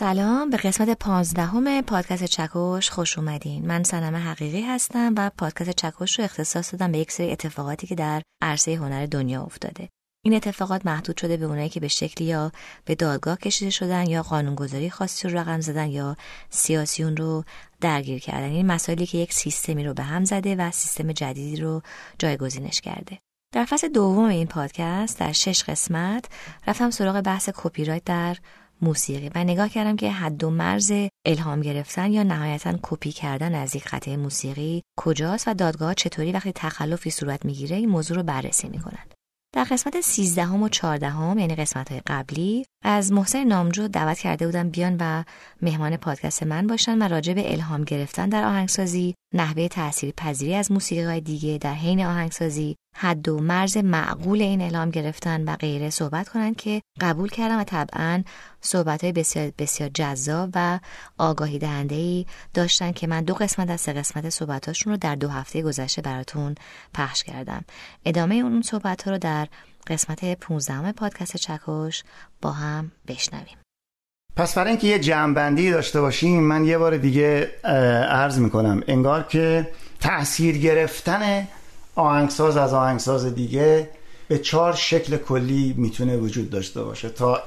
سلام، به قسمت 15 پادکست چکش خوش اومدین. من صنم حقیقی هستم و پادکست چکش رو اختصاص دادم به یک سری اتفاقاتی که در عرصه هنر دنیا افتاده. این اتفاقات محدود شده به اونایی که به شکلی یا به دادگاه کشیده شدن یا قانونگذاری خاصی رو رقم زدن یا سیاسیون رو درگیر کردن. این مسائلی که یک سیستمی رو به هم زده و سیستم جدیدی رو جایگزینش کرده. در فصل دوم این پادکست در 6 قسمت رفتم سراغ بحث کپی رایت در موسیقی و نگاه کردم که حد و مرز الهام گرفتن یا نهایتاً کپی کردن از یک قطعه موسیقی کجاست و دادگاه چطوری وقتی تخلفی صورت میگیره این موضوع رو بررسی میکنن. در قسمت 13 و 14 یعنی قسمت‌های قبلی از محسن نامجو دعوت کرده بودم بیان و مهمان پادکست من باشن و راجع به الهام گرفتن در آهنگسازی، نحوه تاثیرپذیری از موسیقی‌های دیگه در حین آهنگسازی، حد و مرز معقول این الهام گرفتن و غیره صحبت کنن که قبول کردم و طبعاً صحبت‌های بسیار بسیار جذاب و آگاهی دهنده‌ای داشتن که من 2 قسمت از 3 قسمت صحبتاشون رو در 2 هفته گذشته براتون پخش کردم. ادامه اون صحبت‌ها رو در قسمت 15 پادکست چکش با هم بشنویم. پس برای اینکه یه جمع‌بندی داشته باشیم من یه بار دیگه عرض میکنم انگار که تأثیر گرفتن آهنگساز از آهنگساز دیگه به 4 شکل کلی میتونه وجود داشته باشه. تا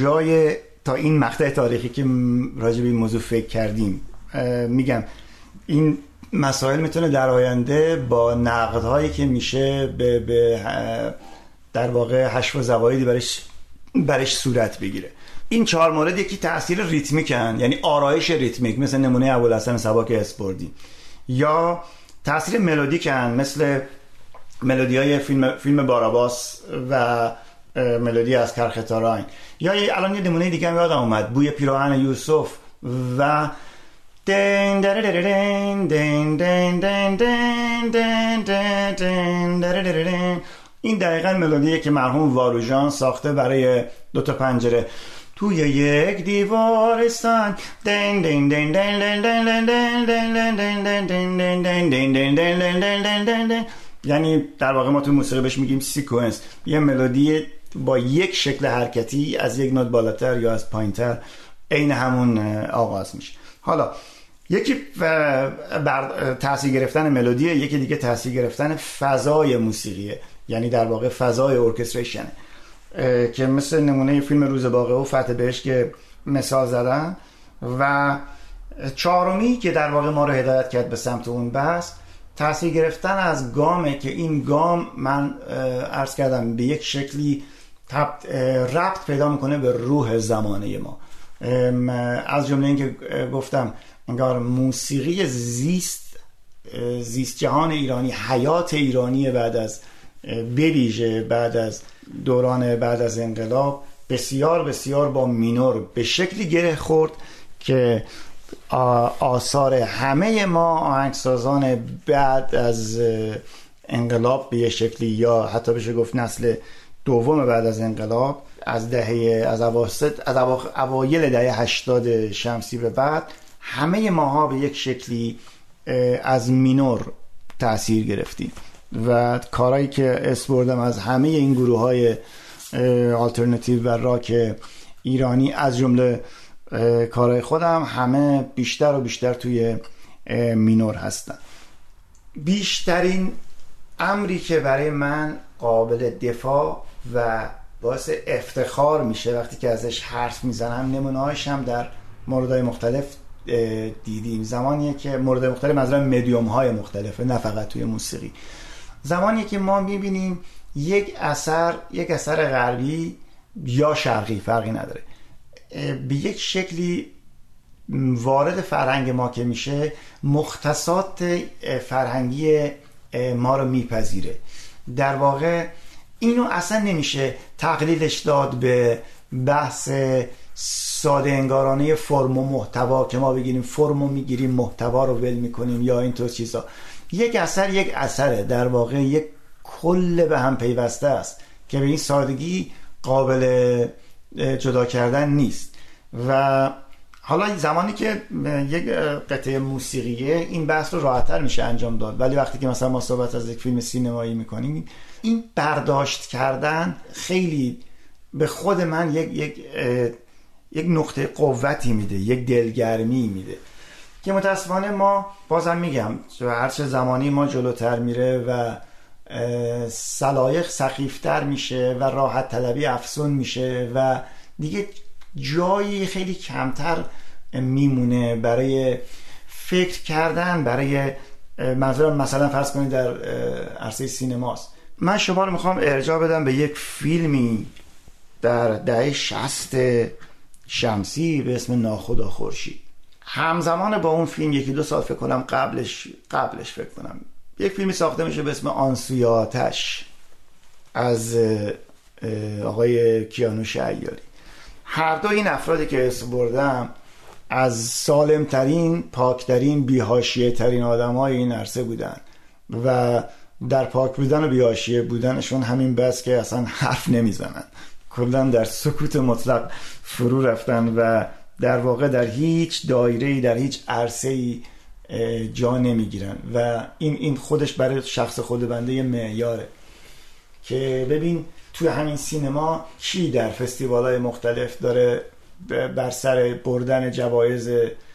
این مقطع تاریخی که راجع به این موضوع فکر کردیم میگم این مسائل میتونه در آینده با نقدهایی که میشه به در واقع حشو و زوایدی برش صورت بگیره. این 4 مورد یکی تأثیر ریتمیکن، یعنی آرایش ریتمیک مثل نمونه ابوالحسن سباک اسپوردی، یا تأثیر ملودیکن مثل ملودی‌های فیلم باراباس و ملودی از کرختاراین، یا الان یه نمونه دیگه هم یادم اومد، بوی پیراهن یوسف و دین دین دین دین دین دین دین دین. این دقیقاً ملودیه که مرحوم واروژان ساخته برای 2 تا پنجره. توی یک دیوارستان دین دین دین دین دین دین دین دین دین دین دین دین. یعنی در واقع ما تو موسیقی بهش میگیم سیکونس، یه ملودی با یک شکل حرکتی از یک نوت بالاتر یا از پایینتر عین همون آغاز میشه. حالا یکی بر تاثیر گرفتن ملودیه، یکی دیگه تاثیر گرفتن فضای موسیقیه، یعنی در واقع فضای ارکستریشن که مثل نمونه فیلم روز باقی و فتح بهشت که مثال زدن. و 4می که در واقع ما رو هدایت کرد به سمت اون بحث تاثیر گرفتن از گامه که این گام من عرض کردم به یک شکلی ربط پیدا میکنه به روح زمانه ما. از جمله این که گفتم انگار موسیقی زیست جهان ایرانی، حیات ایرانی بعد از بویژه بعد از دوران بعد از انقلاب بسیار بسیار با مینور به شکلی گره خورد که آثار همه ما آهنگسازان بعد از انقلاب به یه شکلی یا حتی بشه گفت نسل دوم بعد از انقلاب از اوایل دهه 80 شمسی به بعد همه ماها به یک شکلی از مینور تأثیر گرفتیم و کارهایی که اسپوردم از همه این گروه‌های آلترناتیو و راک ایرانی از جمله کارهای خودم همه بیشتر و بیشتر توی مینور هستن. بیشترین امری که برای من قابل دفاع و باعث افتخار میشه وقتی که ازش حرف میزنم، نمونه‌هاش هم در موردهای مختلف دیدیم. زمانیه که موردهای مختلف منظورم مدیوم‌های مختلفه، نه فقط توی موسیقی. زمانی که ما میبینیم یک اثر غربی یا شرقی فرقی نداره به یک شکلی وارد فرهنگ ما که میشه مختصات فرهنگی ما رو میپذیره. در واقع اینو اصلا نمیشه تقلیلش داد به بحث ساده انگارانه فرم و محتوا که ما بگیریم فرمو میگیریم محتوا رو ول میکنیم یا اینطور چیزا. یک اثره، در واقع یک کل به هم پیوسته است که به این سادگی قابل جدا کردن نیست. و حالا زمانی که یک قطعه موسیقیه این بحث رو راحت‌تر میشه انجام داد، ولی وقتی که مثلا ما صحبت از یک فیلم سینمایی میکنیم این برداشت کردن خیلی به خود من یک یک نقطه قوتی میده، یک دلگرمی میده که متاسفانه ما بازم میگم هرچه زمانی ما جلوتر میره و سلایق سخیفتر میشه و راحت طلبی افزون میشه و دیگه جایی خیلی کمتر میمونه برای فکر کردن، برای منظورم مثلا فرض کنید در عرصه سینماست. من شما رو میخوام ارجاع بدم به یک فیلمی در دهه 60 شمسی به اسم ناخدا خورشید. همزمان با اون فیلم یکی دو سال فکر کنم قبلش فکر کنم یک فیلمی ساخته میشه به اسم آن سوی آتش از آقای کیانوش عیاری. هر دو این افرادی که اسم بردم از سالمترین، پاکترین، بی‌حاشیه ترین آدمای این عرصه بودن و در پاک بودن و بی‌حاشیه بودنشون همین بس که اصلا حرف نمیزنن، کلا در سکوت مطلق فرو رفتن و در واقع در هیچ دایره‌ای، در هیچ عرصه‌ای جا نمیگیرن و این خودش برای شخص خود بنده یه معیاره که ببین توی همین سینما کی در فستیوال‌های مختلف داره بر سر بردن جوایز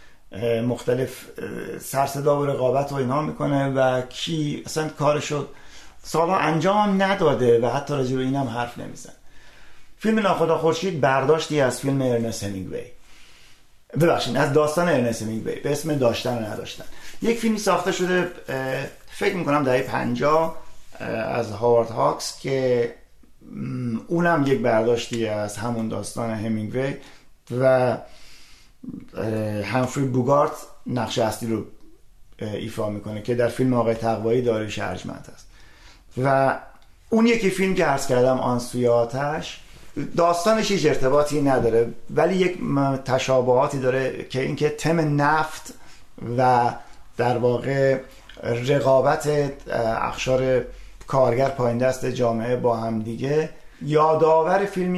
مختلف سر صدا و رقابت و اینها میکنه و کی اصلا کارشو سالا انجام نداده و حتی راجع به اینم حرف نمیزن. فیلم ناخدا خورشید برداشتی از فیلم ارنست همینگوی، ببخشید از داستان ارنست همینگوی به اسم داشتن و نداشتن. یک فیلمی ساخته شده فکر میکنم دهه 50 از هاوارد هاکس که اونم یک برداشتی از همون داستان همینگوی و همفری بوگارت نقش اصلی رو ایفا میکنه که در فیلم آقای تقوایی داریوش ارجمند هست. و اون یکی فیلم که عرض کردم آن سوی آتش داستانش هیچ ارتباطی نداره ولی یک تشابهاتی داره که اینکه تم نفت و در واقع رقابت اقشار کارگر پایین دست جامعه با هم دیگه یادآور فیلمی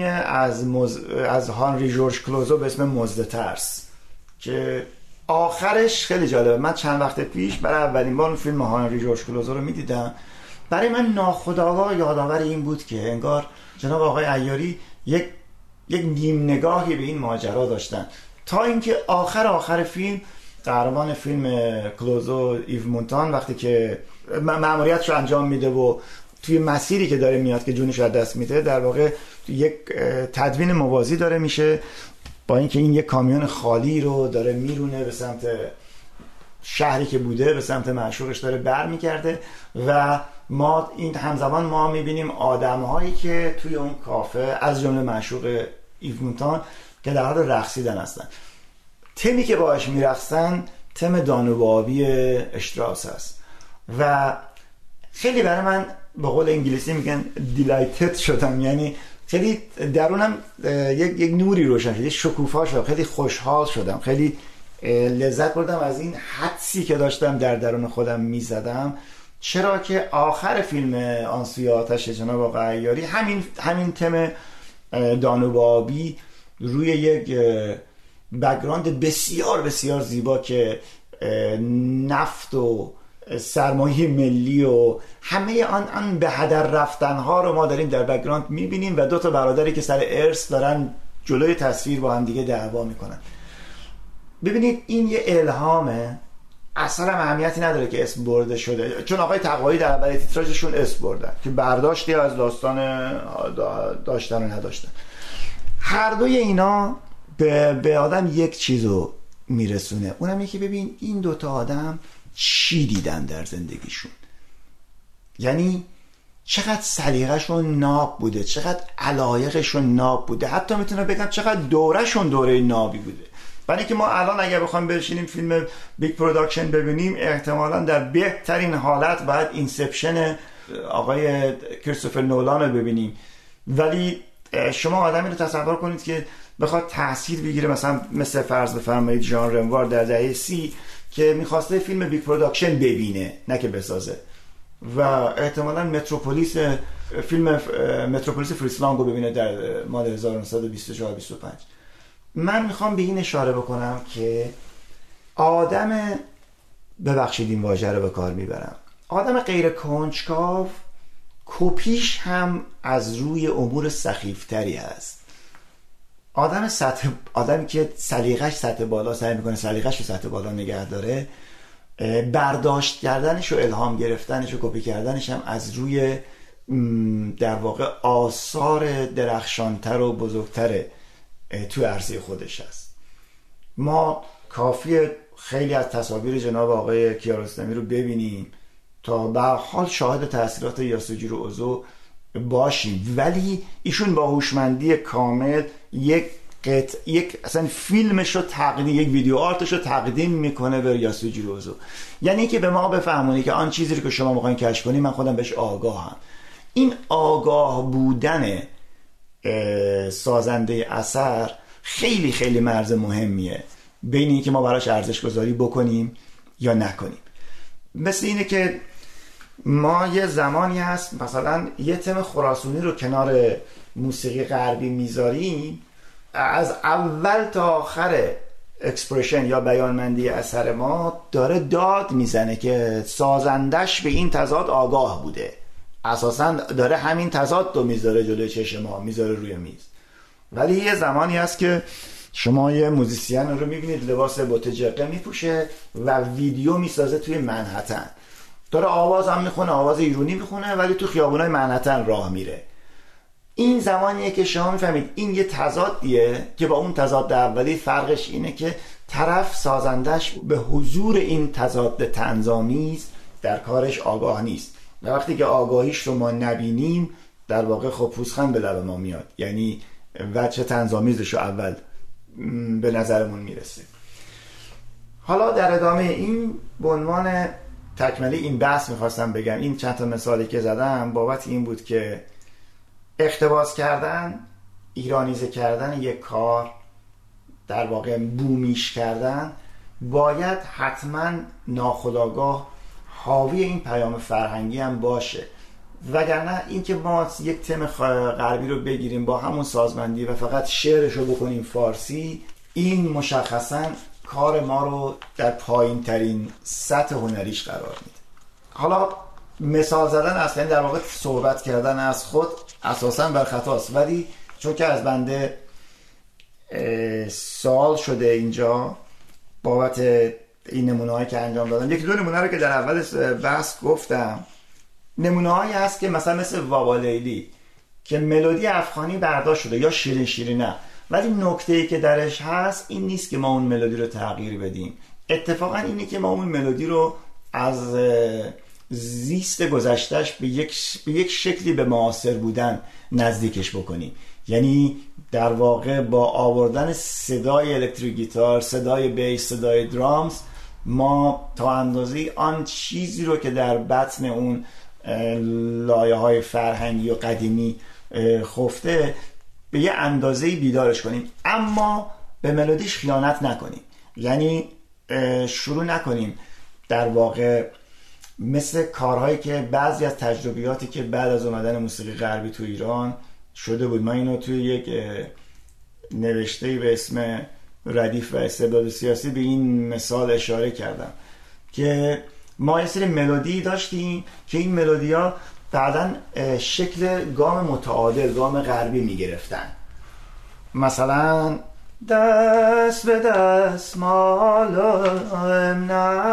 از هانری جورج کلوزو به اسم مزد ترس که آخرش خیلی جالبه. من چند وقت پیش برای اولین بار فیلم هانری جورج کلوزو رو میدیدم. برای من ناخودآگاه یادآور این بود که انگار جناب آقای عیاری یک نیم نگاهی به این ماجرا داشتن تا اینکه آخر فیلم قهرمان فیلم کلوزو ایو مونتان وقتی که مأموریتش رو انجام میده و توی مسیری که داره میاد که جونش رو از دست میده در واقع یک تدوین موازی داره میشه با اینکه این یک کامیون خالی رو داره میرونه به سمت شهری که بوده، به سمت معشوقش داره برمیگرده و ما این همزمان ما میبینیم آدم‌هایی که توی اون کافه از جمله معشوق ایو مونتان که در حال رقصیدن هستن. تمی که باهاش میرقصن تم دانوبابی اشتراس هست و خیلی برای من به قول انگلیسی میگن دیلایتد شدم، یعنی خیلی درونم یک نوری روشن شد، شکوفا شدم، خیلی خوشحال شدم، خیلی لذت بردم از این حدسی که داشتم در درون خودم میزدم. چرا که آخر فیلم آن سوی آتش جناب آقای عیاری همین تم دانوبابی روی یک بک‌گراند بسیار بسیار زیبا که نفت و سرمایه ملی و همه آن به هدر رفتنها رو ما داریم در بک‌گراند میبینیم و دو تا برادری که سر ارث دارن جلوی تصویر با هم دیگه دعوا میکنن. ببینید این یه الهامه، اصلا اهمیتی نداره که اسم برده شده، چون آقای تقوایی در اول تیتراژشون اسم بردن که برداشتی از داستان داشتن و نداشتن. هر دوی اینا به آدم یک چیزو میرسونه، اونم یکی ببین این دوتا آدم چی دیدن در زندگیشون، یعنی چقدر سلیقه‌شون ناب بوده، چقدر علایقشون ناب بوده، حتی میتونم بگم چقدر دورهشون دوره نابی بوده. برای که ما الان اگر بخوایم بشینیم فیلم بیگ پروداکشن ببینیم احتمالاً در بهترین حالت باید اینسپشن آقای کریستوفر نولان رو ببینیم، ولی شما آدمی رو تصور کنید که بخواد تأثیر بگیره مثلا مثل فرض بفرمایید ژان رنوار در دهه 30 که میخواسته فیلم بیگ پروداکشن ببینه نه که بسازه و احتمالاً فیلم متروپولیس فریسلانگ رو ببینه در مال 1924-25. من میخوام به این اشاره بکنم که آدم، ببخشید این واژه رو به کار میبرم، آدم غیر کنجکاو کپیش هم از روی امور سخیفتری هست. آدمی که سلیقش سطح بالا، سعی میکنه سلیقش رو سطح بالا نگه داره، برداشت کردنش و الهام گرفتنش و کپی کردنش هم از روی در واقع آثار درخشانتر و بزرگتر تو عرصه خودش هست. ما کافیه خیلی از تصاویر جناب آقای کیارستمی رو ببینیم تا به حال شاهد تأثیرات یاسوجیرو اوزو باشیم، ولی ایشون با هوشمندی کامل یک اصلا فیلمش رو یک ویدیو آرتش رو تقدیم میکنه به یاسوجیرو اوزو. یعنی که به ما بفهمونی که آن چیزی رو که شما میخواین کشف کنی من خودم بهش آگاهم. این آگاه بودن سازنده اثر خیلی خیلی مرز مهمیه بین این که ما براش ارزش گذاری بکنیم یا نکنیم. مثل اینه که ما یه زمانی هست مثلا یه تم خراسانی رو کنار موسیقی غربی میذاریم، از اول تا آخر اکسپرشن یا بیانمندی اثر ما داره داد میزنه که سازندش به این تضاد آگاه بوده، اساسا داره همین تضاد رو میذاره جلوی چشم ما، میذاره روی میز. ولی یه زمانی هست که شما یه موزیسین رو میبینید لباس بوت جقه میپوشه و ویدیو میسازه توی منهتن، داره آواز هم میخونه، آواز ایرونی میخونه، ولی تو خیابونای منهتن راه میره. این زمانیه که شما میفهمید این یه تضادیه که با اون تضاد اولی فرقش اینه که طرف سازندش به حضور این تضاد طنزآمیز در کارش آگاه نیست و وقتی که آگاهیش رو ما نبینیم در واقع خب پوزخند به لب ما میاد، یعنی وجه طنزآمیزش رو اول به نظرمون میرسه. حالا در ادامه این به عنوان تکمله این بحث میخواستم بگم این چند تا مثالی که زدم بابت این بود که اقتباس کردن، ایرانیزه کردن یک کار، در واقع بومیش کردن، باید حتما ناخودآگاه حاوی این پیام فرهنگی هم باشه، وگرنه این که ما یک تم غربی رو بگیریم با همون سازمندی و فقط شعرش رو بکنیم فارسی، این مشخصا کار ما رو در پایین ترین سطح هنریش قرار میده. حالا مثال زدن اصلا در واقع صحبت کردن از خود اساسا بر خطاست، ولی چون که از بنده سوال شده اینجا بابت این نمونه‌هایی که انجام دادم، یکی دو نمونه رو که در اول بحث گفتم، نمونه‌هایی هست که مثل وابا لیلی که ملودی افغانی برداشت شده یا شیرین شیرینه، ولی نکته‌ای که درش هست این نیست که ما اون ملودی رو تغییر بدیم، اتفاقا اینه که ما اون ملودی رو از زیست گذشتهش به یک شکلی به معاصر بودن نزدیکش بکنیم. یعنی در واقع با آوردن صدای الکتریک گیتار، صدای بیس، صدای درامز، ما تا اندازه‌ای آن چیزی رو که در بطن اون لایه‌های فرهنگی و قدیمی خفته به یه اندازه‌ای بیدارش کنیم، اما به ملودیش خیانت نکنیم. یعنی شروع نکنیم در واقع مثل کارهایی که بعضی از تجربیاتی که بعد از اومدن موسیقی غربی تو ایران شده بود، من اینو توی یک نوشته‌ای به اسم ردیف و استبداد سیاسی به این مثال اشاره کردم که ما یه سری ملودی داشتیم که این ملودی‌ها بعداً شکل گام متعادل، گام غربی می‌گرفتن. مثلا دست به دست مالم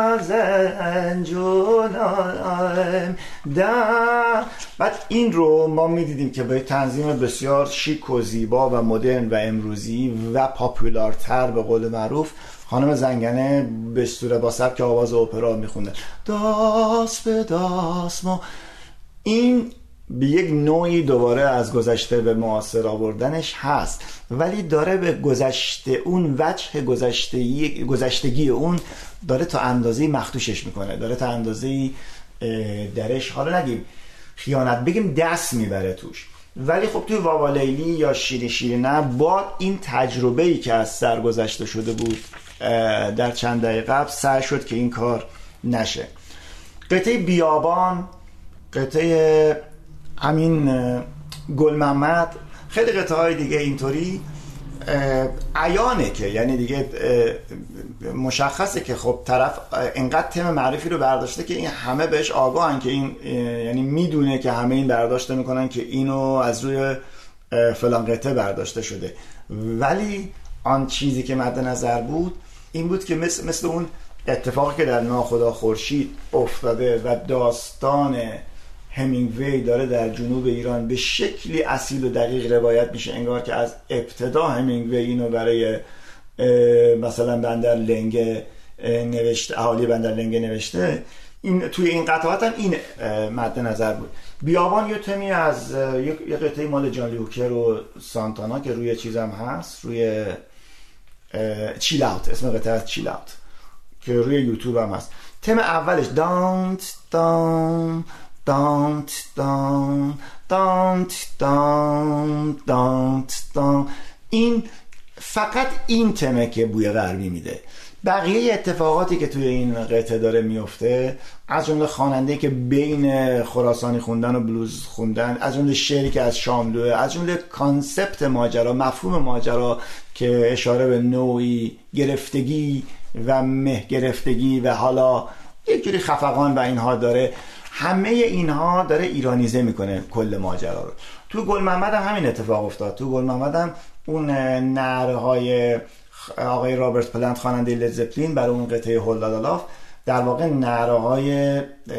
نزن جونم بعد این رو ما میدیدیم که به تنظیم بسیار شیک و زیبا و مدرن و امروزی و پاپولارتر به قول معروف خانم زنگنه به صورت با سبک آواز اپرا میخونده دست به دست ما. این به یک نوعی دوباره از گذشته به معاصر آوردنش هست، ولی داره به گذشته اون وجه گذشتگی اون داره تا اندازه‌ای مخدوشش میکنه، داره تا اندازه‌ای درش حالا نگیم خیانت، بگیم دست میبره توش. ولی خب توی وابا لیلی یا شیرین شیرینه با این تجربه‌ای که از سر گذشته شده بود در چند دقیقه قبل سعی شد که این کار نشه. قطعه بیابان، قطعه همین گل محمد، خیلی قطعه های دیگه اینطوری عیانه که یعنی دیگه مشخصه که خب طرف اینقدر تم معرفی رو برداشته که این همه بهش آگاهن که این یعنی میدونه که همه این برداشته میکنن که اینو از روی فلان قطعه برداشته شده، ولی آن چیزی که مد نظر بود این بود که مثل اون اتفاقی که در ناخدا خورشید افتاده و داستان همینگوی داره در جنوب ایران به شکلی اصیل و دقیق روایت میشه، انگار که از ابتدا همینگوی اینو برای مثلا بندر لنگه نوشته، اهالی بندر لنگه نوشته. این توی این قطعات هم این مد نظر بود. بیابان یه تمی از یه قطعه مال جان لی هوکر و سانتانا که روی چیزم هست، روی چیل اوت، اسم قطعه از چیل اوت که روی یوتیوب هم هست. تم اولش don't don't don't don't don't don't don't don't، این فقط این تمه که بوی غربی میده. بقیه اتفاقاتی که توی این قطعه داره میفته، از جمله خواننده‌ای که بین خراسانی خوندن و بلوز خوندن، از جمله شعری که از شاملوه، از جمله کانسپت ماجرا، مفهوم ماجرا که اشاره به نوعی گرفتگی و مه گرفتگی و حالا یک جوری خفقان و اینها داره، همه اینها داره ایرانیزه میکنه کل ماجرا رو. تو گل محمد هم همین اتفاق افتاد. تو گل محمد هم اون نعره‌های آقای رابرت پلنت خواننده لید زپلین برای اون قطعه هولدادالاف در واقع نعره‌های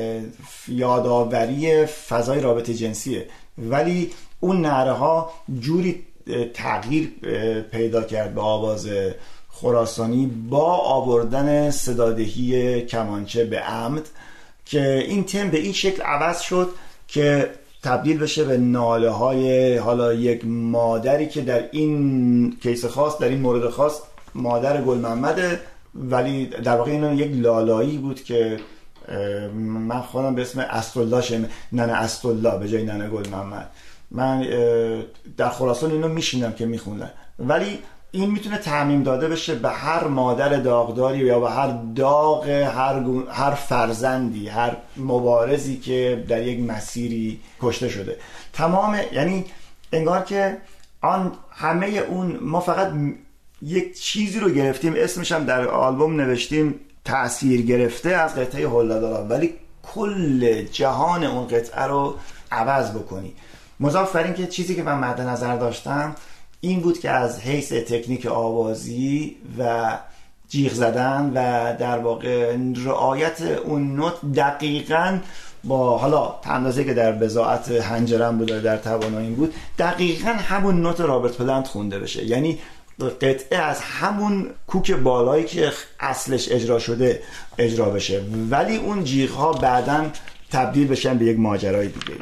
یادآوری فضای رابطه جنسیه، ولی اون نعره‌ها جوری تغییر پیدا کرد به آواز خراسانی با آوردن صدادهی کمانچه به عمد که این تم به این شکل عوض شد که تبدیل بشه به ناله های حالا یک مادری که در این کیس خاص، در این مورد خاص مادر گل محمده، ولی در واقع این یک لالایی بود که من خودم به اسم اسدالله ننه اسدالله به جای ننه گل محمد. من در خراسان اینو میشینم که میخوندن، ولی این میتونه تعمیم داده بشه به هر مادر داغداری یا به هر داغ هر فرزندی، هر مبارزی که در یک مسیری کشته شده. تمام، یعنی انگار که آن همه اون، ما فقط یک چیزی رو گرفتیم، اسمش هم در آلبوم نوشتیم تأثیر گرفته از قطعه هولدادالاف، ولی کل جهان اون قطعه رو عوض بکنی. مضاف بر این که چیزی که من مد نظر داشتم این بود که از حیث تکنیک آوازی و جیغ زدن و در واقع رعایت اون نوت دقیقاً با حالا اندازه که در بضاعت حنجرم بود، در تواناییم بود، دقیقاً همون نوت رابرت پلنت خونده بشه. یعنی قطعه از همون کوک بالایی که اصلش اجرا شده اجرا بشه، ولی اون جیغ ها بعداً تبدیل بشن به یک ماجرای دیگه.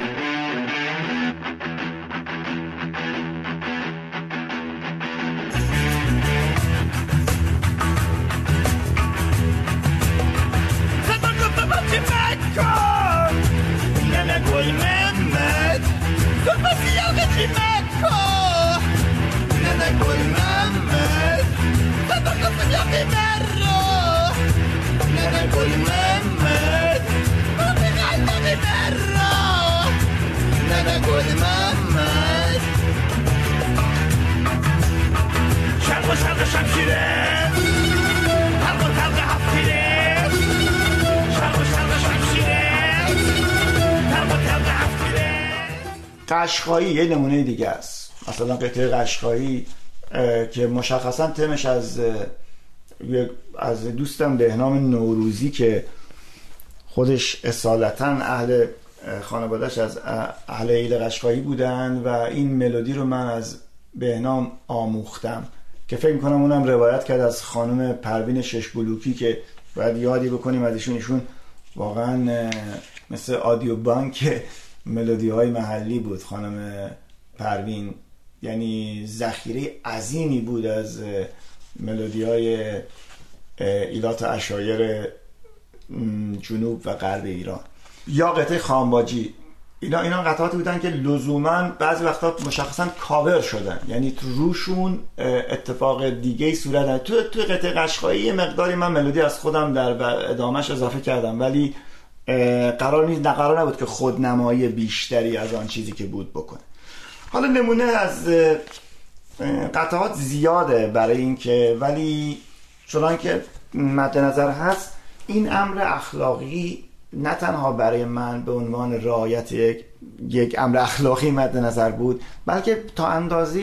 قشقایی یه نمونه دیگه است. مثلا قطعه قشقایی که مشخصا تمش از دوستم بهنام نوروزی که خودش اصالتا اهل خانواده‌اش از اهل ایل قشقایی بودن و این ملودی رو من از بهنام آموختم که فکر می‌کنم اونم روایت کرد از خانم پروین ششبلوکی که باید یادی بکنیم از ایشون واقعا مثل آدیو بانک ملودی های محلی بود خانم پروین، یعنی ذخیره عظیمی بود از ملودی های ایلات عشایر جنوب و غرب ایران. یا قطعه خانباجی، اینا قطعاتی بودن که لزوما بعضی وقتا مشخصا کاور شدن، یعنی روشون اتفاق دیگه صورت نداشت. تو قطعه قشقایی یه مقداری من ملودی از خودم در ادامهش اضافه کردم، ولی قرار نبود که خودنمایی بیشتری از آن چیزی که بود بکنه. حالا نمونه از قطعات زیاده برای این که، ولی چنان که مد نظر هست این امر اخلاقی نه تنها برای من به عنوان رعایت یک امر اخلاقی مد نظر بود، بلکه تا اندازه‌ای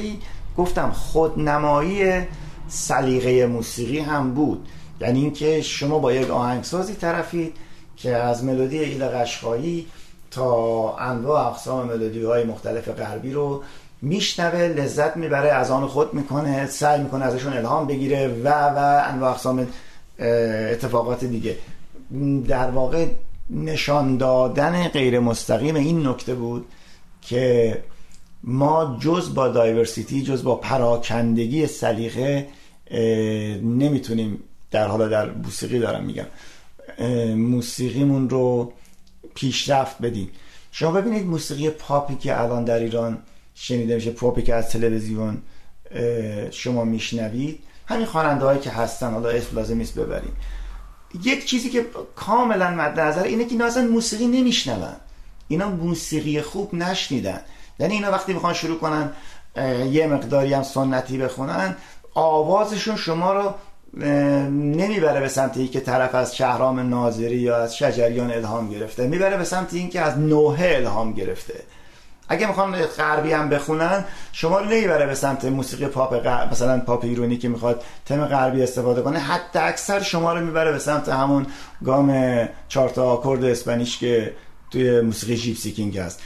گفتم خودنمایی سلیقه موسیقی هم بود. یعنی اینکه شما با یک آهنگسازی طرفید که از ملودی ایل قشقایی تا انواع اقسام ملودی‌های مختلف غربی رو میشنوه، لذت میبره، از آن خود میکنه، سعی میکنه ازشون الهام بگیره و انواع اقسام اتفاقات دیگه. در واقع نشان دادن غیر مستقیم این نکته بود که ما جز با دایورسیتی، جز با پراکندگی سلیقه نمیتونیم در موسیقی دارم میگم موسیقیمون رو پیشرفت بدیم. شما ببینید موسیقی پاپی که الان در ایران شنیده میشه، پاپی که از تلویزیون شما میشنوید، همین خواننده هایی که هستن، حالا اسم لازم نیست ببریم، یک چیزی که کاملا مد نظر اینه که اینا اصلا موسیقی نمیشنون، اینا موسیقی خوب نشنیدن. یعنی اینا وقتی میخوان شروع کنن یه مقداری هم سنتی بخونن، آوازشون شما رو نمیبره به سمت این که طرف از شهرام ناظری یا از شجریان الهام گرفته، میبره به سمت این که از نوحه الهام گرفته. اگه میخوان غربی هم بخونن، شما رو نمیبره به سمت موسیقی پاپ مثلا پاپ ایرانی که میخواد تم غربی استفاده کنه، حتی اکثر شما رو میبره به سمت همون گام 4 تا آکورد اسپانیش که توی موسیقی ژیپسی کینگ هست.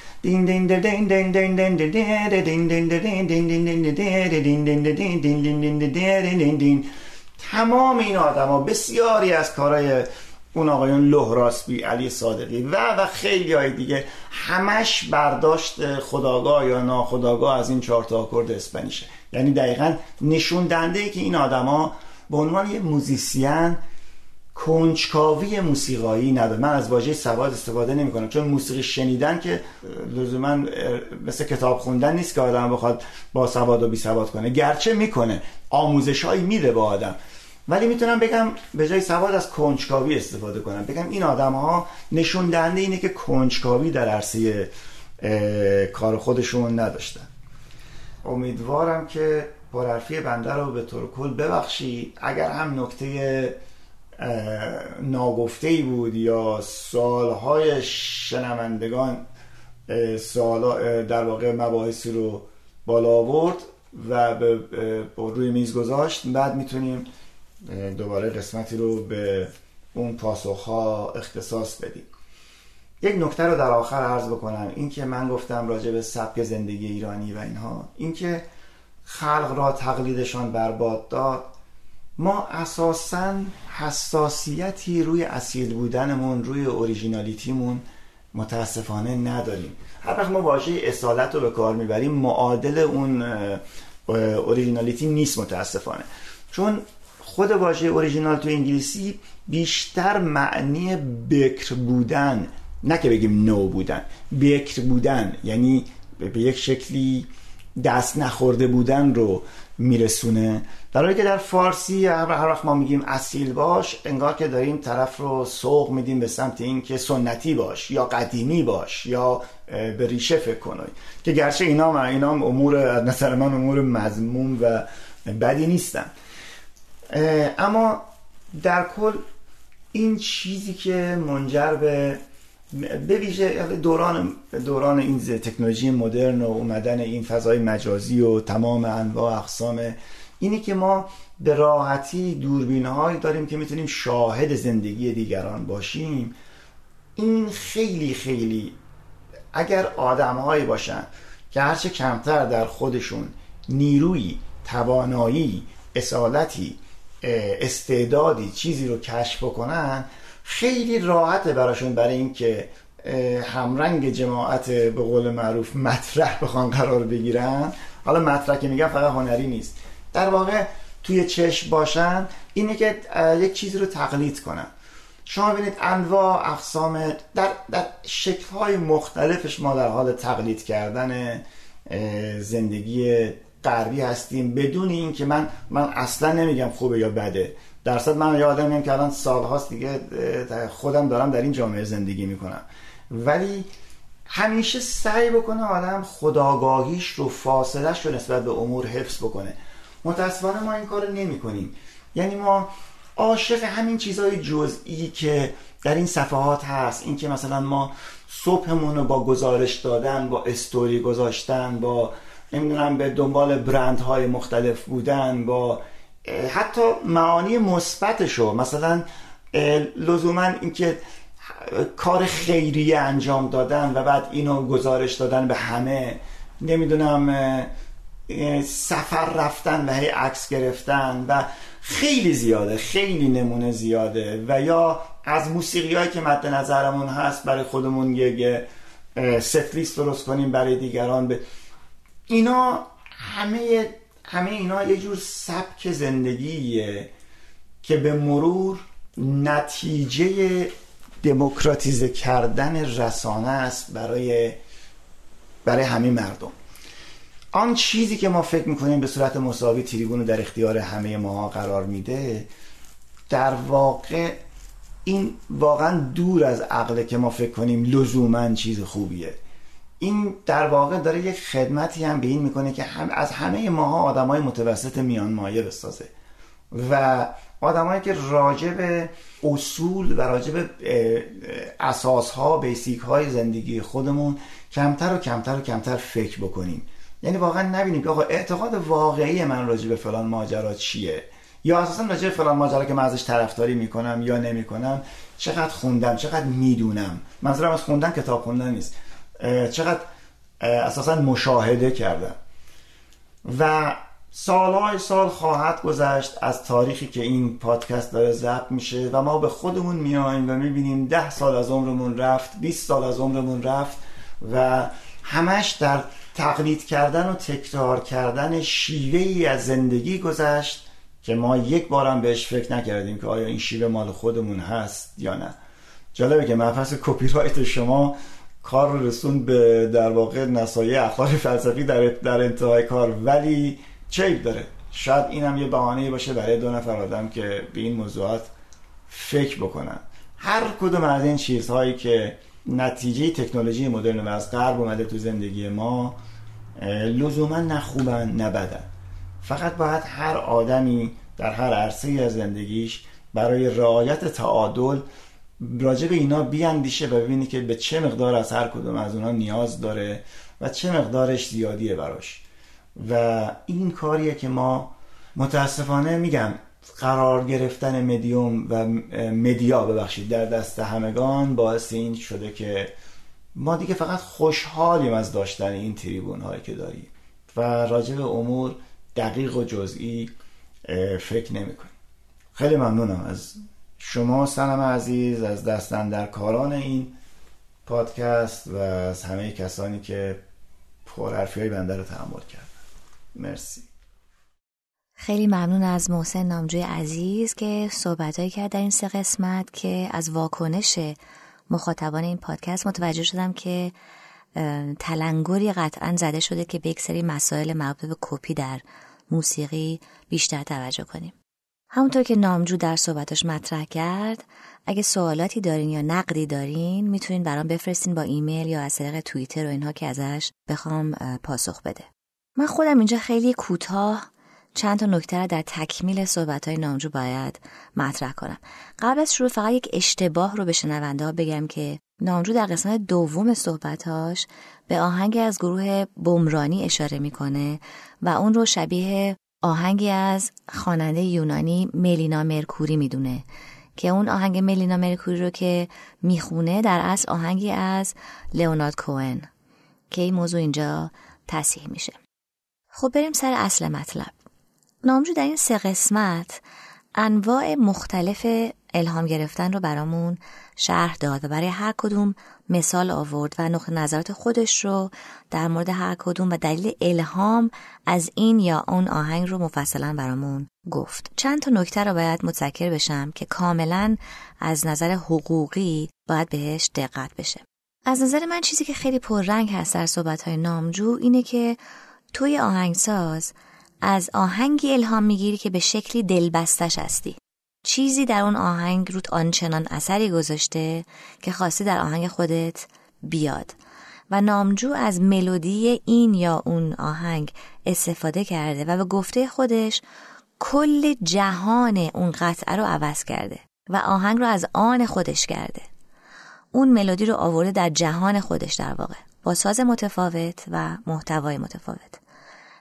تمام این آدما، بسیاری از کارهای اون آقایون لهراسبی، علی صادقی و خیلی های دیگه، همش برداشت خودآگاه یا ناخودآگاه از این 4 تا آکورد اسپانیشه. یعنی دقیقاً نشون دهنده ای که این آدما به عنوان یه موزیسین کنجکاوی موسیقایی نداره. من از واژه سواد استفاده نمی کنم، چون موسیقی شنیدن که لزوما مثل کتاب خوندن نیست که آدم بخواد با سواد و بی سواد کنه، گرچه میکنه، آموزشایی میده با آدم، ولی میتونم بگم به جای سواد از کنجکاوی استفاده کنم، بگم این آدم ها نشون دهنده اینه که کنجکاوی در عرصه کار خودشون نداشتن. امیدوارم که پرحرفی بنده رو به طور کل ببخشید. اگر هم نکته ناگفته‌ای بود یا سوالهای شنوندگان در واقع مباحثی رو بالا آورد و به روی میز گذاشت، بعد میتونیم دوباره قسمتی رو به اون پاسخها اختصاص بدیم. یک نکته رو در آخر عرض بکنم، این که من گفتم راجع به سبک زندگی ایرانی و اینها، این که خلق را تقلیدشان برباد داد، ما اساساً حساسیتی روی اصیل بودنمون، روی اوریژینالیتیمون متاسفانه نداریم. هر وقت ما واژه اصالت رو به کار میبریم، معادل اون اوریژینالیتی نیست متاسفانه، چون خود واژه اوریژینال تو انگلیسی بیشتر معنی بکر بودن، نه که بگیم نو بودن، بکر بودن، یعنی به یک شکلی دست نخورده بودن رو میرسونه، در حالی که در فارسی هر وقت ما میگیم اصیل باش، انگار که داریم طرف رو سوق میدیم به سمت این که سنتی باش یا قدیمی باش یا به ریشه فکر کنی، که گرچه اینا امور از نظر من امور مذموم و بدی نیستن، اما در کل این چیزی که منجر به ویژه دوران این تکنولوژی مدرن و اومدن این فضای مجازی و تمام انواع اقسام، اینی که ما به راحتی دوربین‌هایی داریم که میتونیم شاهد زندگی دیگران باشیم. این خیلی خیلی اگر آدم‌هایی باشن که هرچه کمتر در خودشون نیرویی، توانایی، اصالتی، استعدادی، چیزی رو کشف بکنن، خیلی راحته براشون برای این که همرنگ جماعت به قول معروف مطرح بخوان قرار بگیرن. حالا مطرح که میگم فقط هنری نیست، در واقع توی چشم باشن، اینه که یک چیزی رو تقلید کنن. شما ببینید انواع اقسام در شکل‌های مختلفش ما در حال تقلید کردن زندگی غربی هستیم، بدون این که من اصلا نمیگم خوبه یا بده، درصد من یادم میاد که الان سالهاست دیگه خودم دارم در این جامعه زندگی میکنم، ولی همیشه سعی بکنه آدم خودآگاهیش رو، فاصلش رو نسبت به امور حفظ بکنه. متاسفانه ما این کار نمی کنیم. یعنی ما عاشق همین چیزهای جزئی که در این صفحات هست، این که مثلا ما صبحمون رو با گزارش دادن، با استوری گذاشتن، با نمیدونم به دنبال برندهای مختلف بودن، با حتی معانی مثبتشو، مثلا لزوما اینکه کار خیریه انجام دادن و بعد اینو گزارش دادن به همه، نمیدونم سفر رفتن و هی عکس گرفتن و خیلی زیاده، خیلی نمونه زیاده. و یا از موسیقیایی که مد نظرمون هست برای خودمون یک ست لیست درست کنیم برای دیگران. اینا همه اینا یه جور سبک زندگیه که به مرور نتیجه دموکراتیزه کردن رسانه است برای همه مردم. آن چیزی که ما فکر میکنیم به صورت مساوی تریبون در اختیار همه ما قرار میده، در واقع این واقعا دور از عقله که ما فکر کنیم لزوما چیز خوبیه. این در واقع داره یک خدمتی هم به این میکنه که از همه ماها آدمای متوسط میان مایه بسازه و آدمایی که راجع به اصول و راجع به اساسها، بیسیک های زندگی خودمون کمتر و کمتر و کمتر فکر بکنیم. یعنی واقعا نبینیم که آقا اعتقاد واقعی من راجع به فلان ماجرا چیه، یا اساسا راجع به فلان ماجرا که من ازش طرفداری میکنم یا نمیکنم چقدر خوندم، چقدر میدونم. منظورم از خوندن کتاب خوندن نیست، چقدر اساسا مشاهده کردم. و سالهای سال خواهد گذشت از تاریخی که این پادکست داره ضبط میشه و ما به خودمون میایم و میبینیم 10 سال از عمرمون رفت، 20 سال از عمرمون رفت و همش در تقلید کردن و تکرار کردن شیوهی از زندگی گذشت که ما یک بارم بهش فکر نکردیم که آیا این شیوه مال خودمون هست یا نه. جالبه که مبحث کپی رایت شما کار رو رسون به در واقع نصایح اخلاقی فلسفی در انتهای کار، ولی چه عیب داره؟ شاید اینم یه بهانه‌ای باشه برای 2 نفر آدم که به این موضوعات فکر بکنن. هر کدوم از این چیزهایی که نتیجه تکنولوژی مدرن و از غرب اومده تو زندگی ما لزوما نه خوبن نه بدن. فقط باید هر آدمی در هر عرصه‌ای از زندگیش برای رعایت تعادل راجع به اینا بیاندیشه و ببینی که به چه مقدار از هر کدوم از اونها نیاز داره و چه مقدارش زیادیه براش. و این کاریه که ما متاسفانه میگم قرار گرفتن مدیوم و مدیا در دست همگان باعث این شده که ما دیگه فقط خوشحالیم از داشتن این تریبون هایی که داریم و راجع به امور دقیق و جزئی فکر نمی کنیم. خیلی ممنونم از شما سنم عزیز، از دستاندرکاران این پادکست و از همه کسانی که پرحرفی های بنده رو تحمل کردن. مرسی. خیلی ممنون از محسن نامجوی عزیز که صحبتایی کرد در این 3 قسمت که از واکنش مخاطبان این پادکست متوجه شدم که تلنگری قطعا زده شده که به یک سری مسائل مربوط به کپی در موسیقی بیشتر توجه کنیم. همونطور که نامجو در صحبتش مطرح کرد، اگه سوالاتی دارین یا نقدی دارین میتونین برام بفرستین با ایمیل یا از طریق توییتر و اینها که ازش بخوام پاسخ بده. من خودم اینجا خیلی کوتاه چند تا نکته در تکمیل صحبت‌های نامجو باید مطرح کنم. قبل از شروع فقط یک اشتباه رو به شنونده ها بگم که نامجو در قسمت دوم صحبتاش به آهنگی از گروه بمرانی اشاره میکنه و اون رو شبیه آهنگی از خواننده یونانی ملینا مرکوری میدونه که اون آهنگ ملینا مرکوری رو که میخونه در اصل آهنگی از لئونارد کوهن که این موضوع اینجا تصحیح میشه. خب بریم سر اصل مطلب. نامجو در این 3 قسمت انواع مختلف الهام گرفتن رو برامون شرح داد و برای هر کدوم مثال آورد و نقطه نظرات خودش رو در مورد هر کدوم و دلیل الهام از این یا اون آهنگ رو مفصلا برامون گفت. چند تا نکته رو باید متذکر بشم که کاملا از نظر حقوقی باید بهش دقت بشه. از نظر من چیزی که خیلی پررنگ هست در صحبت‌های نامجو اینه که توی آهنگساز از آهنگی الهام میگیری که به شکلی دلبستش هستی. چیزی در اون آهنگ روت آنچنان اثری گذاشته که خواستی در آهنگ خودت بیاد و نامجو از ملودی این یا اون آهنگ استفاده کرده و به گفته خودش کل جهان اون قطعه رو عوض کرده و آهنگ رو از آن خودش کرده. اون ملودی رو آورده در جهان خودش در واقع با ساز متفاوت و محتوای متفاوت.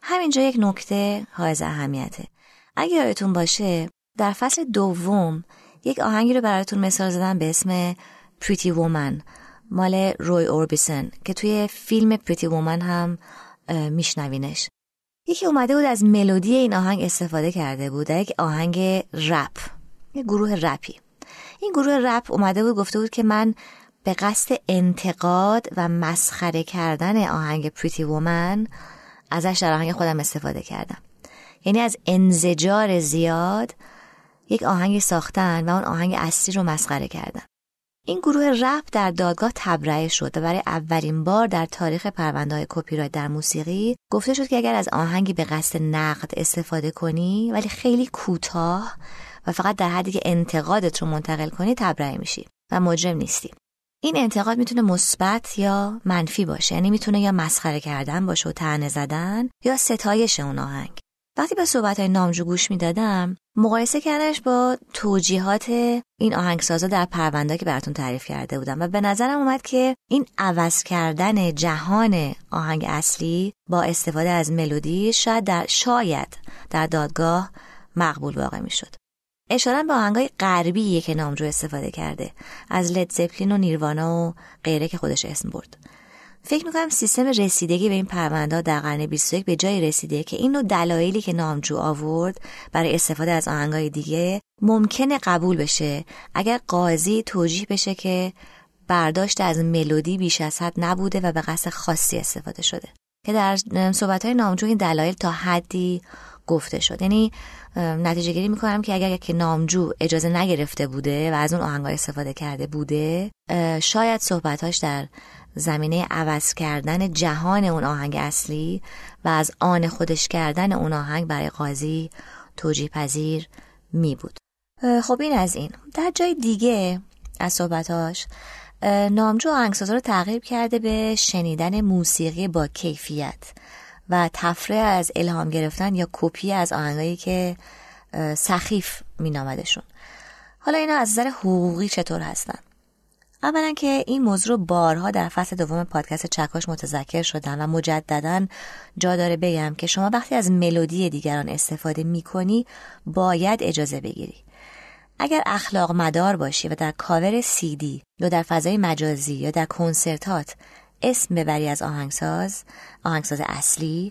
همینجا یک نکته حائز اهمیته. اگه یادتون باشه در فصل دوم یک آهنگی رو براتون مثال زدم به اسم پریتی وومن مال روی اوربیسن که توی فیلم پریتی وومن هم میشنوینش. یکی اومده بود از ملودی این آهنگ استفاده کرده بود در یک آهنگ رپ، یک گروه رپی. این گروه رپ اومده بود گفته بود که من به قصد انتقاد و مسخره کردن آهنگ پریتی وومن ازش در آهنگ خودم استفاده کردم. یعنی از انزجار زیاد یک آهنگ ساختن و اون آهنگ اصلی رو مسخره کردن. این گروه رپ در دادگاه تبرئه شد و برای اولین بار در تاریخ پرونده‌های کپی رایت در موسیقی گفته شد که اگر از آهنگی به قصد نقد استفاده کنی ولی خیلی کوتاه و فقط در حدی که انتقادت رو منتقل کنی تبرئه میشی و مجرم نیستی. این انتقاد میتونه مثبت یا منفی باشه، یعنی میتونه یا مسخره کردن باشه و طعنه زدن یا ستایش اون آهنگ. وقتی به صحبت‌های نامجو گوش میدادم مقایسه کردنش با توجیهات این آهنگسازا در پرونده که براتون تعریف کرده بودم و به نظرم اومد که این عوض کردن جهان آهنگ اصلی با استفاده از ملودی شاید در دادگاه مقبول واقع میشد. اشاره به آهنگای غربیه که نامجو استفاده کرده، از لید زپلین و نیروانا و غیره که خودش اسم برد. فکر میکنم سیستم رسیدگی به این پرونده در قرن 21 به جای رسیده که این نوع دلایلی که نامجو آورد برای استفاده از آهنگای دیگه ممکنه قبول بشه اگر قاضی توجیه بشه که برداشت از ملودی بیش از حد نبوده و به قصد خاصی استفاده شده، که در صحبت‌های نامجو این دلایل تا حدی گفته شد. یعنی نتیجه گیری میکنم که اگر که نامجو اجازه نگرفته بوده و از اون آهنگ‌ها استفاده کرده بوده، شاید صحبتاش در زمینه عوض کردن جهان اون آهنگ اصلی و از آن خودش کردن اون آهنگ برای قاضی توجیه پذیر می بود. خب این از این. در جای دیگه از صحبتاش نامجو آهنگسازا رو ترغیب کرده به شنیدن موسیقی با کیفیت و تفریح از الهام گرفتن یا کپی از آهنگایی که سخیف می نامدشون. حالا اینا از نظر حقوقی چطور هستن؟ اولا که این موضوع رو بارها در فصل دوم پادکست چکش متذکر شدم و مجدداً جا داره بگم که شما وقتی از ملودی دیگران استفاده می‌کنی باید اجازه بگیری. اگر اخلاق مدار باشی و در کاور CD یا در فضای مجازی یا در کنسرتات اسم ببری از آهنگساز اصلی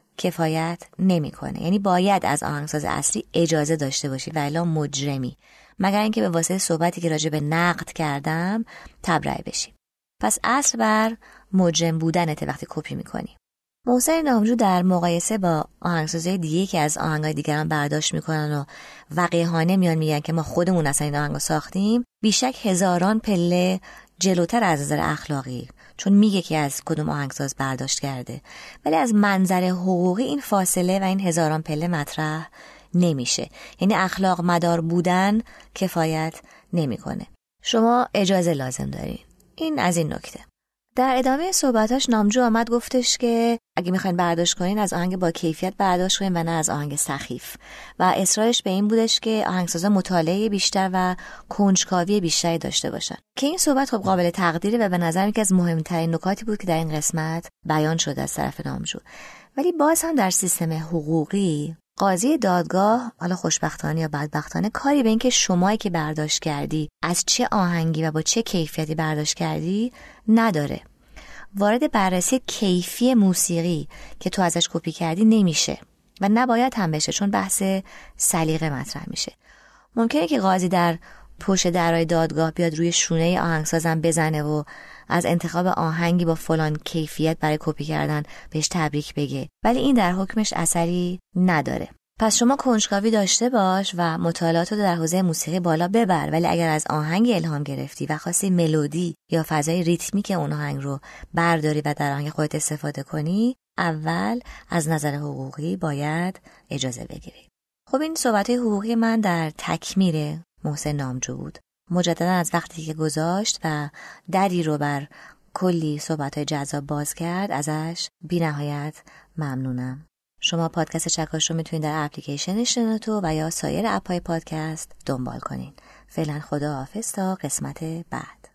کفایت نمی‌کنه. یعنی باید از آهنگساز اصلی اجازه داشته باشی و الا مجرمی، مگر اینکه به واسطه صحبتی که راجع به نقد کردم تبرئه بشی. پس اصل بر مجرم بودنته وقتی کپی میکنی. محسن نامجو در مقایسه با آهنگسازهای دیگه که از آهنگای دیگران برداشت میکنن و وقیحانه میگن که ما خودمون اصلا این آهنگو ساختیم، بیشک هزاران پله جلوتر از نظر اخلاقی، چون میگه که از کدوم آهنگساز برداشت کرده، ولی از منظر حقوقی این فاصله و این هزاران پله مطرح نمیشه. یعنی اخلاق مدار بودن کفایت نمیکنه. شما اجازه لازم دارین. این از این نکته. در ادامه صحبتاش نامجو آمد گفتش که اگه میخواین برداشت کنین از آهنگ با کیفیت برداشت کنین و نه از آهنگ سخیف، و اصرارش به این بودش که آهنگسازا مطالعه بیشتر و کنجکاوی بیشتری داشته باشن، که این صحبت خب قابل تقدیره و به نظر یکی از مهمترین نکاتی بود که در این قسمت بیان شده از طرف نامجو. ولی باز هم در سیستم حقوقی قاضی دادگاه، حالا خوشبختانه یا بدبختانه، کاری به این که شمایی که برداشت کردی از چه آهنگی و با چه کیفیتی برداشت کردی نداره. وارد بررسی کیفی موسیقی که تو ازش کپی کردی نمیشه و نباید هم بشه، چون بحث سلیقه مطرح میشه. ممکنه که قاضی در پشت درای دادگاه بیاد روی شونه آهنگسازم بزنه و از انتخاب آهنگی با فلان کیفیت برای کپی کردن بهش تبریک بگه، ولی این در حکمش اثری نداره. پس شما کنجکاوی داشته باش و مطالعات رو در حوزه موسیقی بالا ببر، ولی اگر از آهنگ الهام گرفتی و خواستی ملودی یا فضای ریتمیک اون آهنگ رو برداری و در آهنگ خودت استفاده کنی، اول از نظر حقوقی باید اجازه بگیری. خب این صحبت‌های حقوقی من در تکمیل محسن نامجو بود. مجددا از وقتی که گذاشت و دری رو بر کلی صحبت‌های جذاب باز کرد ازش بی‌نهایت ممنونم. شما پادکست چکش رو میتونید در اپلیکیشن شنوتو و یا سایر اپ‌های پادکست دنبال کنین. فعلا خداحافظ تا قسمت بعد.